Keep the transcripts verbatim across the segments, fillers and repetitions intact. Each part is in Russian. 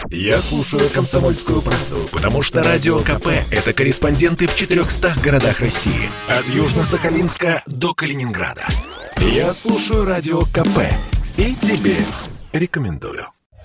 Я слушаю «Комсомольскую правду», потому что Радио КП – это корреспонденты в четырехстах городах России. От Южно-Сахалинска до Калининграда. Я слушаю Радио КП и тебе рекомендую.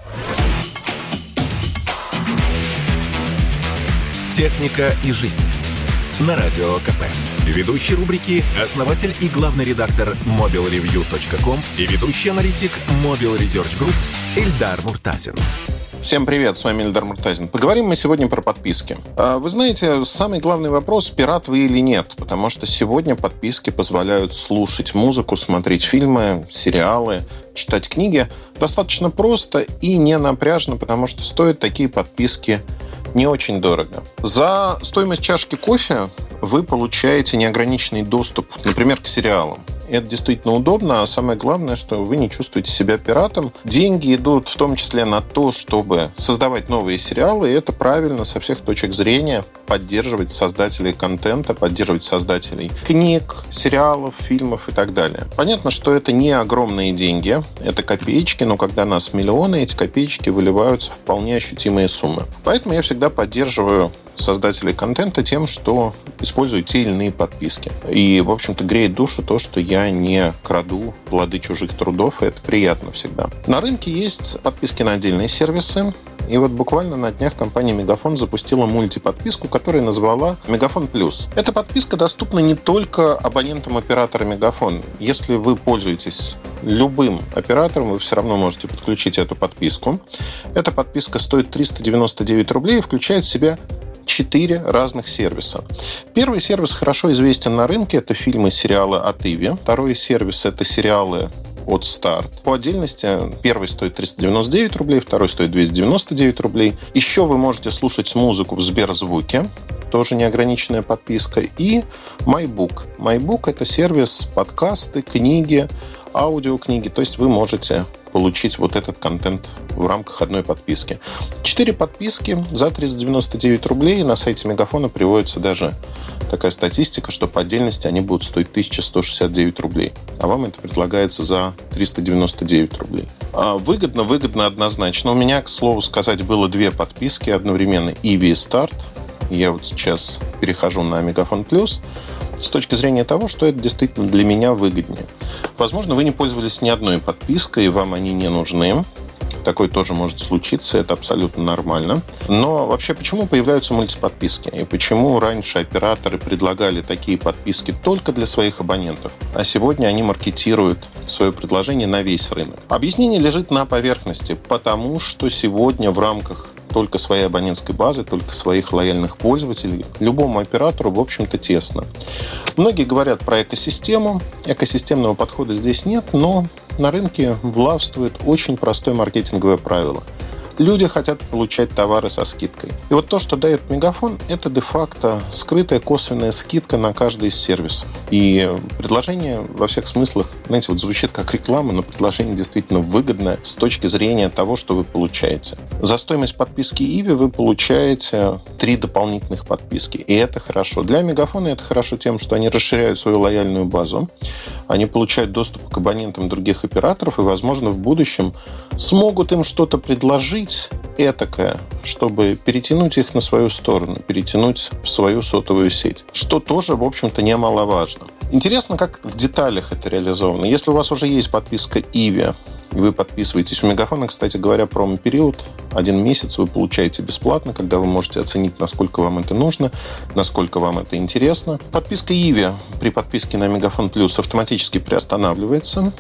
«Техника и жизнь» на Радио КП. Ведущий рубрики – основатель и главный редактор мобил ревью точка ком и ведущий аналитик Mobile Research Group Эльдар Муртазин. Всем привет, с вами Эльдар Муртазин. Поговорим мы сегодня про подписки. Вы знаете, самый главный вопрос, пират вы или нет, потому что сегодня подписки позволяют слушать музыку, смотреть фильмы, сериалы, читать книги достаточно просто и не напряжно, потому что стоят такие подписки не очень дорого. За стоимость чашки кофе вы получаете неограниченный доступ, например, к сериалам. Это действительно удобно, а самое главное, что вы не чувствуете себя пиратом. Деньги идут в том числе на то, чтобы создавать новые сериалы, и это правильно со всех точек зрения, поддерживать создателей контента, поддерживать создателей книг, сериалов, фильмов и так далее. Понятно, что это не огромные деньги, это копеечки, но когда нас миллионы, эти копеечки выливаются в вполне ощутимые суммы. Поэтому я всегда поддерживаю создателей контента тем, что использую те или иные подписки. И, в общем-то, греет душу то, что я не краду плоды чужих трудов, и это приятно всегда. На рынке есть подписки на отдельные сервисы. И вот буквально на днях компания Мегафон запустила мультиподписку, которую назвала Мегафон Плюс. Эта подписка доступна не только абонентам оператора Мегафон. Если вы пользуетесь любым оператором, вы все равно можете подключить эту подписку. Эта подписка стоит триста девяносто девять рублей и включает в себя четыре разных сервиса. Первый сервис хорошо известен на рынке. Это фильмы и сериалы от Иви. Второй сервис – это сериалы от Старт. По отдельности первый стоит триста девяносто девять рублей, второй стоит двести девяносто девять рублей. Еще вы можете слушать музыку в Сберзвуке. Тоже неограниченная подписка. И MyBook. MyBook – это сервис подкасты, книги, аудиокниги. То есть вы можете получить вот этот контент в рамках одной подписки. Четыре подписки за триста девяносто девять рублей. На сайте Мегафона приводится даже такая статистика, что по отдельности они будут стоить тысяча сто шестьдесят девять рублей. А вам это предлагается за триста девяносто девять рублей. А выгодно, выгодно однозначно. У меня, к слову сказать, было две подписки одновременно. Иви и Старт. Я вот сейчас перехожу на Мегафон Плюс с точки зрения того, что это действительно для меня выгоднее. Возможно, вы не пользовались ни одной подпиской, и вам они не нужны. Такое тоже может случиться, это абсолютно нормально. Но вообще, почему появляются мультиподписки? И почему раньше операторы предлагали такие подписки только для своих абонентов, а сегодня они маркетируют свое предложение на весь рынок? Объяснение лежит на поверхности, потому что сегодня в рамках только своей абонентской базы, только своих лояльных пользователей любому оператору, в общем-то, тесно. Многие говорят про экосистему. Экосистемного подхода здесь нет, но на рынке властвует очень простое маркетинговое правило. Люди хотят получать товары со скидкой. И вот то, что дает Мегафон, это де-факто скрытая косвенная скидка на каждый из сервисов. И предложение во всех смыслах, знаете, вот звучит как реклама, но предложение действительно выгодное с точки зрения того, что вы получаете. За стоимость подписки Иви вы получаете три дополнительных подписки. И это хорошо. Для Мегафона это хорошо тем, что они расширяют свою лояльную базу. Они получают доступ к абонентам других операторов и, возможно, в будущем смогут им что-то предложить этакое, чтобы перетянуть их на свою сторону, перетянуть в свою сотовую сеть, что тоже, в общем-то, немаловажно. Интересно, как в деталях это реализовано. Если у вас уже есть подписка Иви, и вы подписываетесь у Мегафона, кстати говоря, промо-период, один месяц вы получаете бесплатно, когда вы можете оценить, насколько вам это нужно, насколько вам это интересно. Подписка Иви при подписке на Мегафон Плюс автоматически приостанавливается,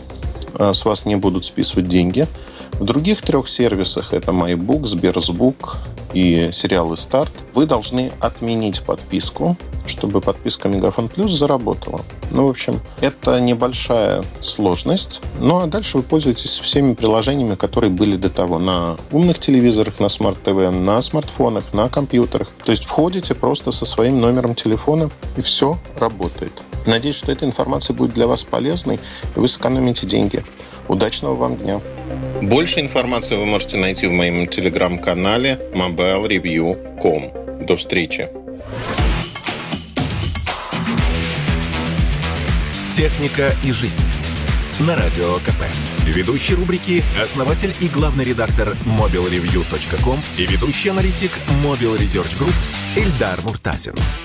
с вас не будут списывать деньги. В других трех сервисах, это MyBook, Сберзвук и сериалы Старт, вы должны отменить подписку, чтобы подписка Мегафон Плюс заработала. Ну, в общем, это небольшая сложность. Ну, а дальше вы пользуетесь всеми приложениями, которые были до того. На умных телевизорах, на смарт-ТВ, на смартфонах, на компьютерах. То есть входите просто со своим номером телефона, и все работает. Надеюсь, что эта информация будет для вас полезной, и вы сэкономите деньги. Удачного вам дня! Больше информации вы можете найти в моем телеграм-канале мобил ревью точка ком. До встречи! Техника и жизнь. на Радио КП. Ведущий рубрики – основатель и главный редактор мобил ревью точка ком и ведущий аналитик Mobile Research Group Эльдар Муртазин.